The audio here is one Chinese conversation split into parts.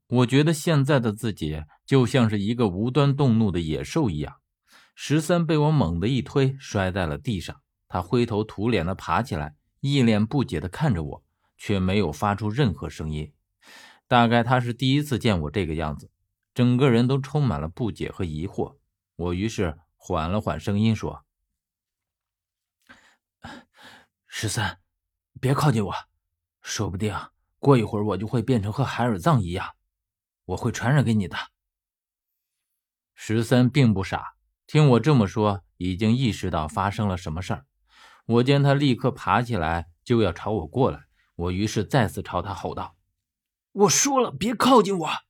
我觉得现在的自己就像是一个无端动怒的野兽一样。13被我猛地一推，摔在了地上。他灰头土脸地爬起来，一脸不解地看着我，却没有发出任何声音。大概他是第一次见我这个样子，整个人都充满了不解和疑惑。我于是缓了缓声音说：“13，别靠近我，说不定过一会儿我就会变成和海尔藏一样，我会传染给你的。”13并不傻，听我这么说，已经意识到发生了什么事儿。我见他立刻爬起来就要朝我过来，我于是再次朝他吼道：“我说了，别靠近我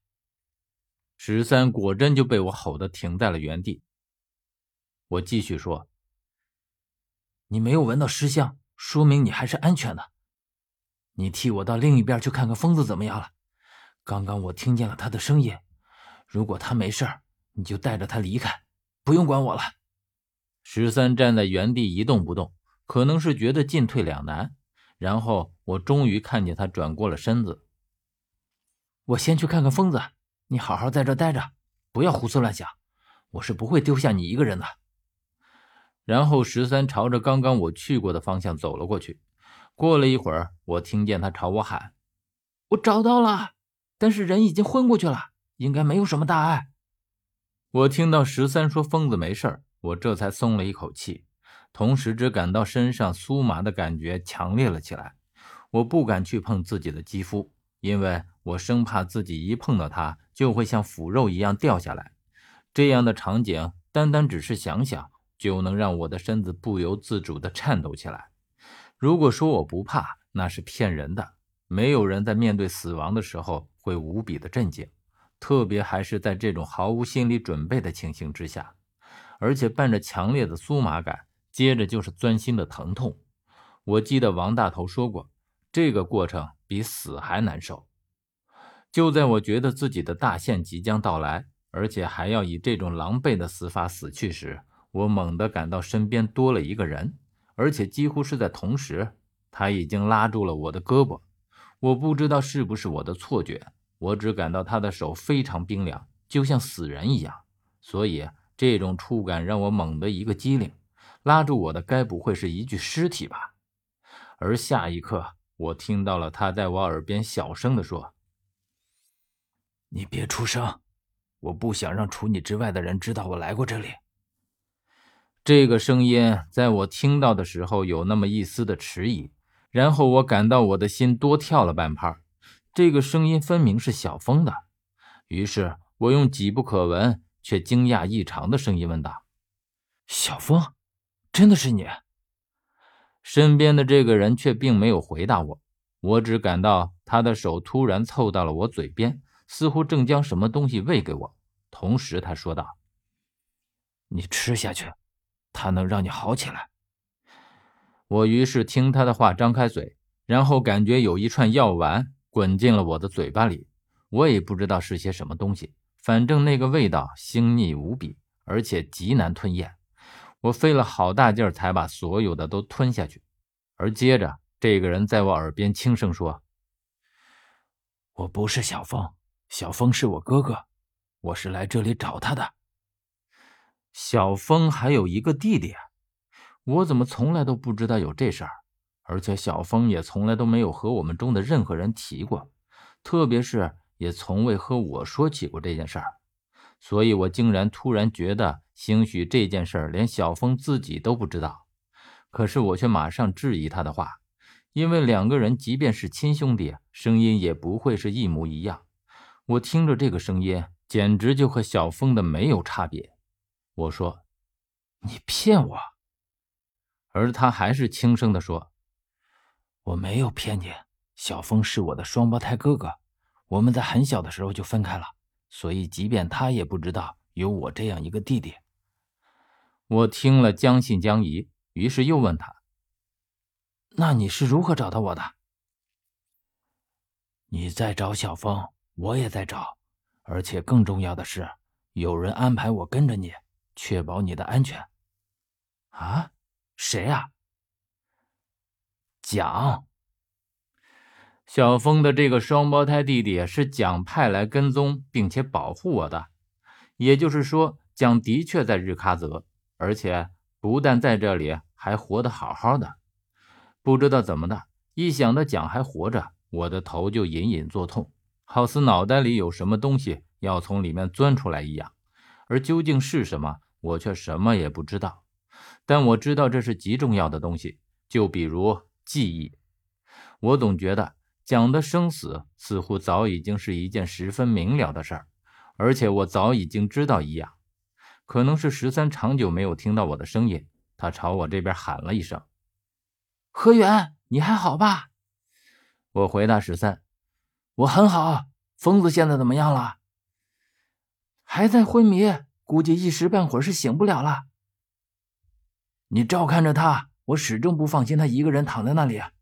！”13果真就被我吼得停在了原地。我继续说：“你没有闻到尸香，说明你还是安全的。你替我到另一边去看看疯子怎么样了？刚刚我听见了他的声音，如果他没事，你就带着他离开，不用管我了。”13站在原地一动不动，可能是觉得进退两难，然后我终于看见他转过了身子。我先去看看疯子，你好好在这待着，不要胡思乱想，我是不会丢下你一个人的。然后13朝着刚刚我去过的方向走了过去。过了一会儿，我听见他朝我喊：“我找到了，但是人已经昏过去了，应该没有什么大碍。”我听到13说疯子没事，我这才松了一口气，同时只感到身上酥麻的感觉强烈了起来。我不敢去碰自己的肌肤，因为我生怕自己一碰到它就会像腐肉一样掉下来。这样的场景单单只是想想就能让我的身子不由自主地颤抖起来。如果说我不怕，那是骗人的。没有人在面对死亡的时候会无比的镇静，特别还是在这种毫无心理准备的情形之下，而且伴着强烈的酥麻感，接着就是钻心的疼痛。我记得王大头说过，这个过程比死还难受。就在我觉得自己的大限即将到来，而且还要以这种狼狈的死法死去时，我猛地感到身边多了一个人，而且几乎是在同时，他已经拉住了我的胳膊。我不知道是不是我的错觉，我只感到他的手非常冰凉，就像死人一样，所以这种触感让我猛地一个机灵，拉住我的该不会是一具尸体吧？而下一刻，我听到了他在我耳边小声地说：“你别出声，我不想让除你之外的人知道我来过这里。”这个声音在我听到的时候有那么一丝的迟疑，然后我感到我的心多跳了半拍。这个声音分明是小峰的，于是我用几不可闻却惊讶异常的声音问道：“小峰，真的是你？”身边的这个人却并没有回答我，我只感到他的手突然凑到了我嘴边，似乎正将什么东西喂给我，同时他说道：“你吃下去，它能让你好起来。”我于是听他的话，张开嘴，然后感觉有一串药丸滚进了我的嘴巴里。我也不知道是些什么东西，反正那个味道腥腻无比，而且极难吞咽。我费了好大劲儿才把所有的都吞下去。而接着这个人在我耳边轻声说：“我不是小峰，小峰是我哥哥，我是来这里找他的。”小峰还有一个弟弟啊，我怎么从来都不知道有这事儿？而且小峰也从来都没有和我们中的任何人提过，特别是也从未和我说起过这件事儿。所以我竟然突然觉得，兴许这件事儿连小峰自己都不知道。可是我却马上质疑他的话，因为两个人即便是亲兄弟，声音也不会是一模一样。我听着这个声音，简直就和小峰的没有差别。我说：“你骗我！”而他还是轻声地说：“我没有骗你，小峰是我的双胞胎哥哥，我们在很小的时候就分开了，所以即便他也不知道有我这样一个弟弟。”我听了将信将疑，于是又问他：“那你是如何找到我的？”“你在找小峰，我也在找，而且更重要的是，有人安排我跟着你，确保你的安全。”“啊？谁啊？”“蒋。” 小峰的这个双胞胎弟弟是蒋派来跟踪并且保护我的，也就是说，蒋的确在日喀则，而且不但在这里，还活得好好的。不知道怎么的，一想到蒋还活着，我的头就隐隐作痛，好似脑袋里有什么东西要从里面钻出来一样，而究竟是什么，我却什么也不知道。但我知道这是极重要的东西，就比如记忆。我总觉得蒋的生死似乎早已经是一件十分明了的事儿，而且我早已经知道一样。可能是13长久没有听到我的声音，他朝我这边喊了一声：何远，你还好吧？我回答13：我很好，疯子现在怎么样了？还在昏迷，估计一时半会儿是醒不了了。你照看着他，我始终不放心他一个人躺在那里，